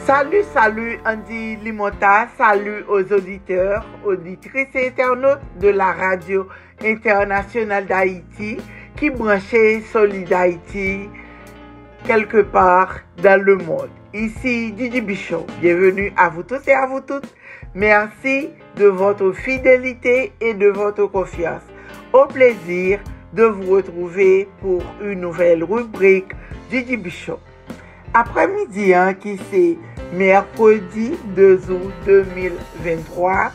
Salut Andy Limota, salut aux auditeurs, auditrices et internautes de la radio internationale d'Haïti qui branchait Solid Haïti quelque part dans le monde. Ici Didi Bichot, bienvenue à vous tous et à vous toutes. Merci de votre fidélité et de votre confiance. Au plaisir de vous retrouver pour une nouvelle rubrique Didi Bichot. Après-midi, qui c'est mercredi 2 août 2023,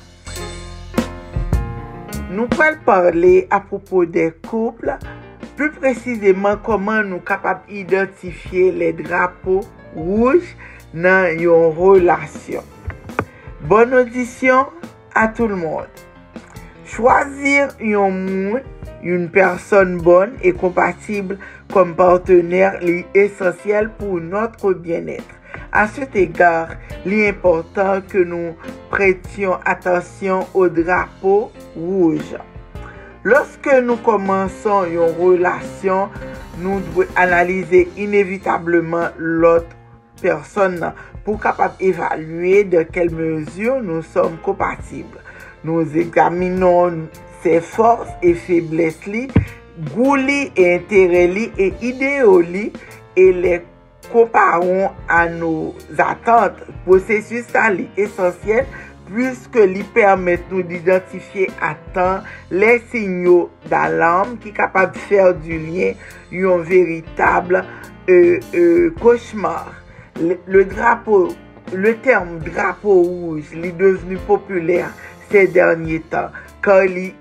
nous allons parler à propos des couples, plus précisément comment nous sommes capables d'identifier les drapeaux rouges dans une relation. Bonne audition à tout le monde. Choisir une personne bonne et compatible comme partenaire est essentiel pour notre bien-être. À cet égard, il est important que nous prêtions attention au drapeau rouge. Lorsque nous commençons une relation, nous devons analyser inévitablement l'autre personne pour capable évaluer de quelle mesure nous sommes compatibles. Nous examinons ses forces et faiblesses, goûts et intérêts et idéaux et les comparons à nos attentes. Processus essentiel puisque lui permet nous d'identifier à temps les signaux d'alarme qui sont capables de faire du lien un véritable cauchemar. Le terme drapeau rouge est devenu populaire ces derniers temps car il est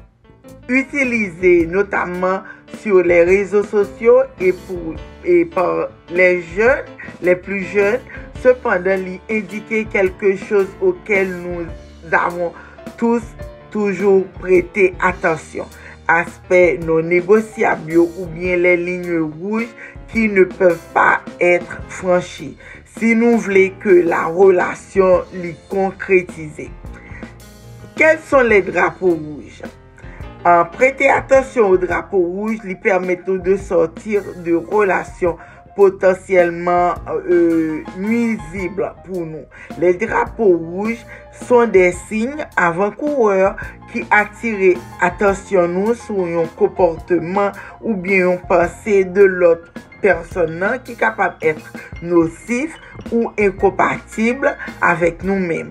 utilisé notamment sur les réseaux sociaux et par les jeunes, les plus jeunes. Cependant, il indique quelque chose auquel nous avons tous toujours prêté attention. Aspects non négociables ou bien les lignes rouges qui ne peuvent pas être franchies si nous voulons que la relation l'y concrétise. Quels sont les drapeaux rouges? Prêter attention aux drapeaux rouges lui permet de sortir de relations potentiellement nuisibles pour nous. Les drapeaux rouges sont des signes avant-coureurs qui attirent attention nous sur un comportement ou bien une pensée de l'autre personne qui est capable d'être nocif ou incompatible avec nous-mêmes.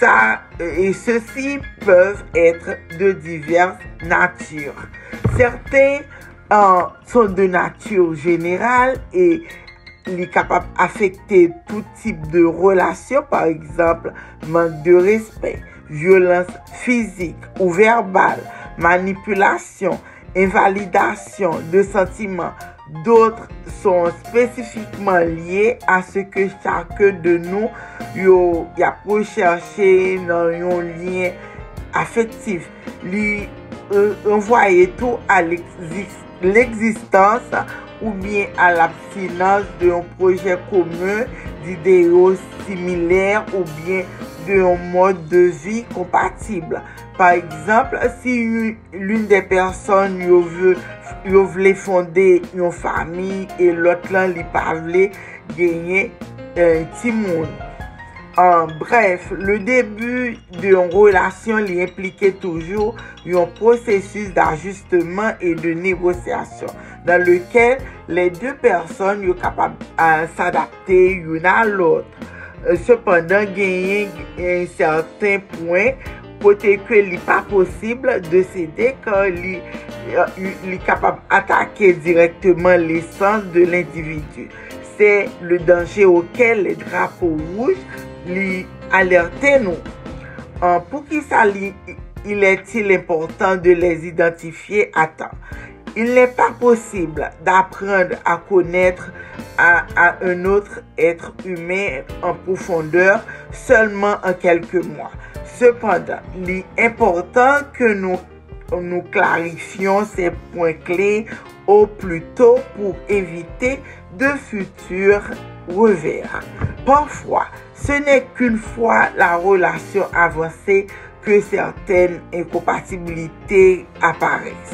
Ceux-ci peuvent être de diverses natures. Certains sont de nature générale et sont capables d'affecter tout type de relation, par exemple, manque de respect, violence physique ou verbale, manipulation, invalidation de sentiments. D'autres sont spécifiquement liés à ce que chacun de nous a recherché dans un lien affectif. Lui envoyer tout à l'existence ou bien à l'abstinence d'un projet commun, d'idéaux similaires ou bien d'un mode de vie compatible. Par exemple, si l'une des personnes veut fonder une famille et l'autre ne pas gagner un petit monde. Bref, le début d'une relation implique toujours un processus d'ajustement et de négociation dans lequel les deux personnes sont capables de s'adapter l'une à l'autre. Cependant, gagner un certain point peut-être qu'il n'est pas possible de céder car il est capable d'attaquer directement l'essence de l'individu. C'est le danger auquel les drapeaux rouges alertent nous. Pour qui ça il est-il important de les identifier à temps? Il n'est pas possible d'apprendre à connaître un autre être humain en profondeur seulement en quelques mois. Cependant, il est important que nous clarifions ces points clés au plus tôt pour éviter de futurs revers. Parfois, ce n'est qu'une fois la relation avancée que certaines incompatibilités apparaissent.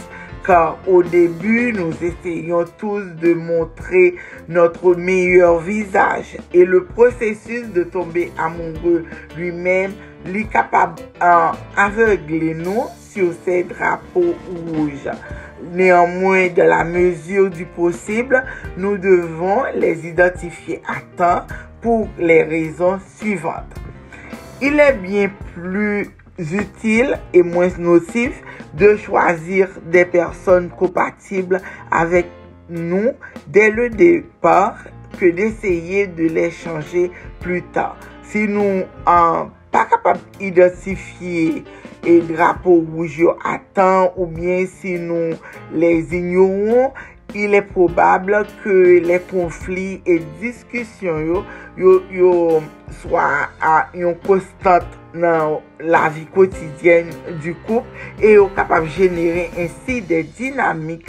car au début, nous essayons tous de montrer notre meilleur visage et le processus de tomber amoureux lui-même est capable d'aveugler nous sur ces drapeaux rouges. Néanmoins, dans la mesure du possible, nous devons les identifier à temps pour les raisons suivantes. Il est bien plus utile et moins nocif de choisir des personnes compatibles avec nous dès le départ que d'essayer de les changer plus tard. Si nous ne sommes pas capables d'identifier les drapeaux rouges à temps ou bien si nous les ignorons, il est probable que les conflits et discussions soient une constante dans la vie quotidienne du couple et sont capables de générer ainsi des dynamiques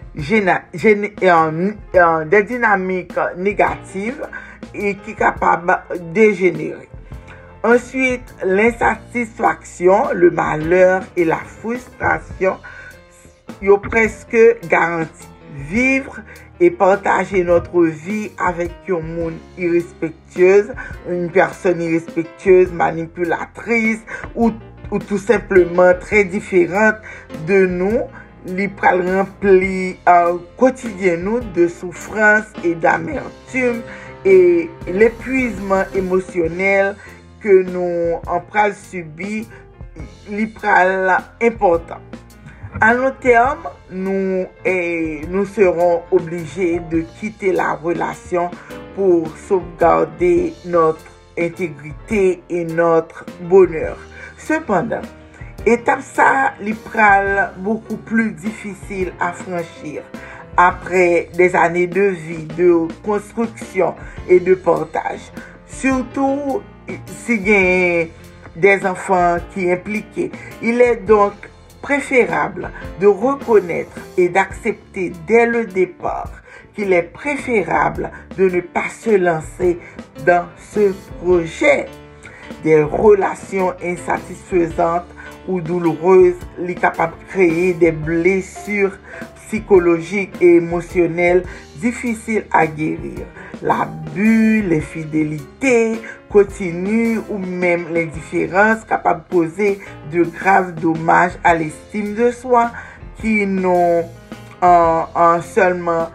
négatives et qui sont capables de dégénérer. Ensuite, l'insatisfaction, le malheur et la frustration sont presque garantis. Vivre et partager notre vie avec un monde irrespectueuse, une personne irrespectueuse, manipulatrice ou tout simplement très différente de nous, li pral rempli quotidien nous de souffrance et d'amertume et l'épuisement émotionnel que nous en pral subi li pral important. À long terme, nous serons obligés de quitter la relation pour sauvegarder notre intégrité et notre bonheur. Cependant, étape ça, li pral beaucoup plus difficile à franchir après des années de vie, de construction et de partage. Surtout s'il y a des enfants qui impliqués. Il est donc préférable de reconnaître et d'accepter dès le départ qu'il est préférable de ne pas se lancer dans ce projet. Des relations insatisfaisantes ou douloureuses sont capables de créer des blessures psychologiques et émotionnelles difficiles à guérir. L'abus, l'infidélité continue ou même l'indifférence capables de poser de graves dommages à l'estime de soi qui n'ont en seulement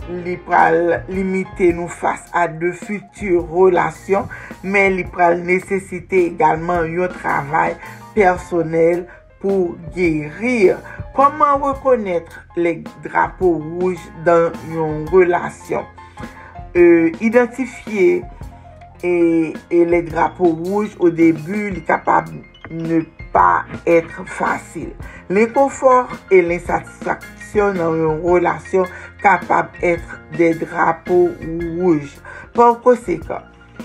limiter nous face à de futures relations, mais li pral nécessiter également un travail personnel pour guérir. Comment reconnaître les drapeaux rouges dans une relation? Identifier et les drapeaux rouges au début, est capable de ne pas être facile. L'inconfort et l'insatisfaction dans une relation capable d'être des drapeaux rouges. Par conséquent,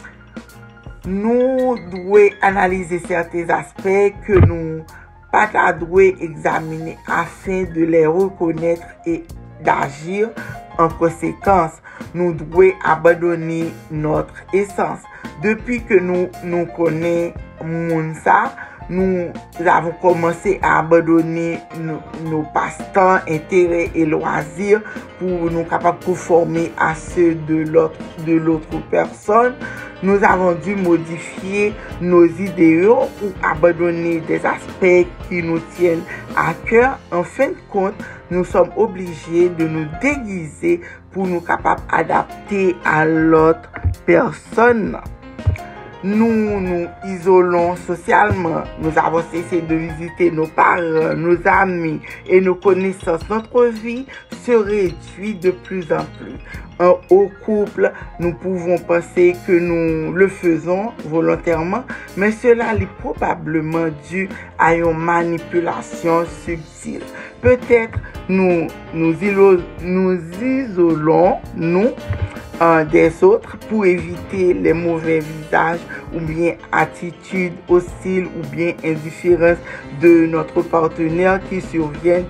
nous devons analyser certains aspects que nous pas devons examiner afin de les reconnaître et d'agir en conséquence. Nous devons abandonner notre essence. Depuis que nous connaissons ça, nous avons commencé à abandonner nos passe-temps, intérêts et loisirs pour nous capables de conformer à ceux de l'autre personne. Nous avons dû modifier nos idéaux ou abandonner des aspects qui nous tiennent à cœur. En fin de compte, nous sommes obligés de nous déguiser pour nous capables d'adapter à l'autre personne. Nous nous isolons socialement. Nous avons cessé de visiter nos parents, nos amis et nos connaissances. Notre vie se réduit de plus en plus. Au couple, nous pouvons penser que nous le faisons volontairement, mais cela est probablement dû à une manipulation subtile. Peut-être nous isolons des autres pour éviter les mauvais visages ou bien attitudes hostiles ou bien indifférences de notre partenaire qui surviennent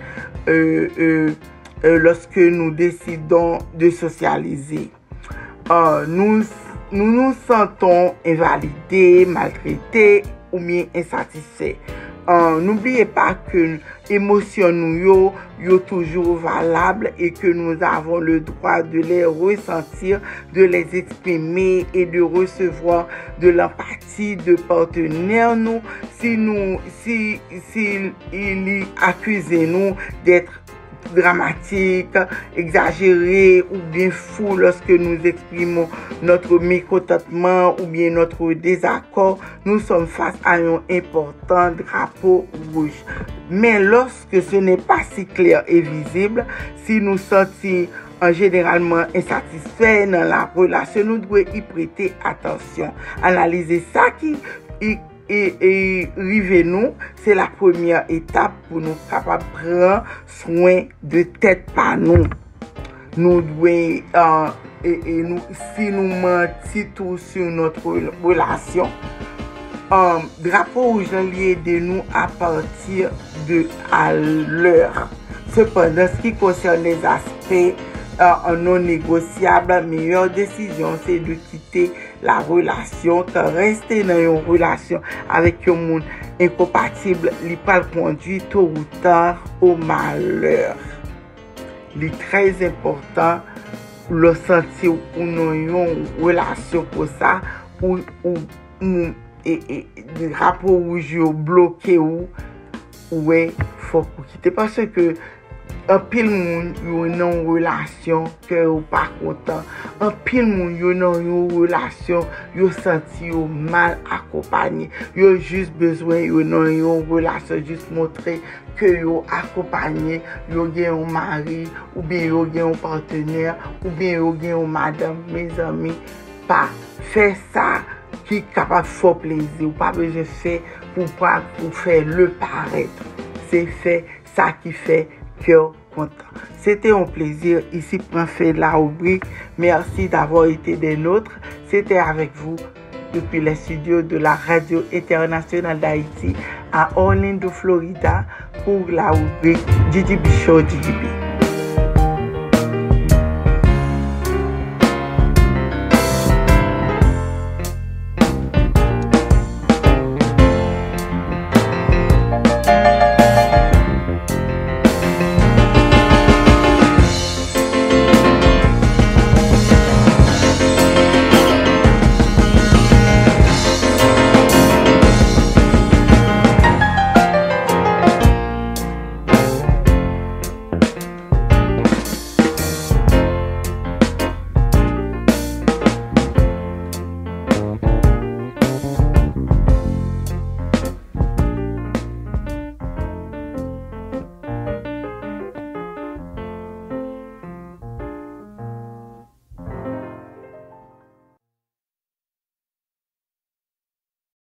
lorsque nous décidons de socialiser. Nous nous sentons invalidés, maltraités ou bien insatisfaits. n'oubliez pas que émotions nous yo toujours valables et que nous avons le droit de les ressentir, de les exprimer et de recevoir de l'empathie de partenaires nous si il accuse nous d'être dramatique, exagéré ou bien fou lorsque nous exprimons notre mécontentement ou bien notre désaccord, nous sommes face à un important drapeau rouge. Mais lorsque ce n'est pas si clair et visible, si nous sentons généralement insatisfaits dans la relation, nous devons y prêter attention. Analyser ça et rive-nous, c'est la première étape pour nous capables de prendre soin de tête par nous. Nous devons, si nous mentons tout sur notre relation, drapeau rouge lié de nous à partir de à l'heure. Cependant, ce qui concerne les aspects non négociables, la meilleure décision, c'est de quitter la relation, car rester dans une relation avec un monde incompatible, il peut conduire tôt ou tard au malheur. Il est très important le sentir ou non une relation pour ça, ou drapeau rouge bloqué ou ouais, faut quitter parce que un pile moun yo nan relation que ou pas content. Un pile moun yo nan une relation yo senti yo mal accompagné. Yo juste besoin yo nan une relation juste montrer que yo accompagné, yo gen un mari ou bien yo gen un partenaire ou bien yo gen un madame, mes amis, pas faire ça qui est capable de faire plaisir ou pas besoin faire pour faire le paraître. C'est fait ça qui fait cœur content. C'était un plaisir. Ici, prend fait la rubrique. Merci d'avoir été des nôtres. C'était avec vous depuis les studios de la Radio Internationale d'Haïti à Orlando, Florida pour la rubrique DJB Show DJB.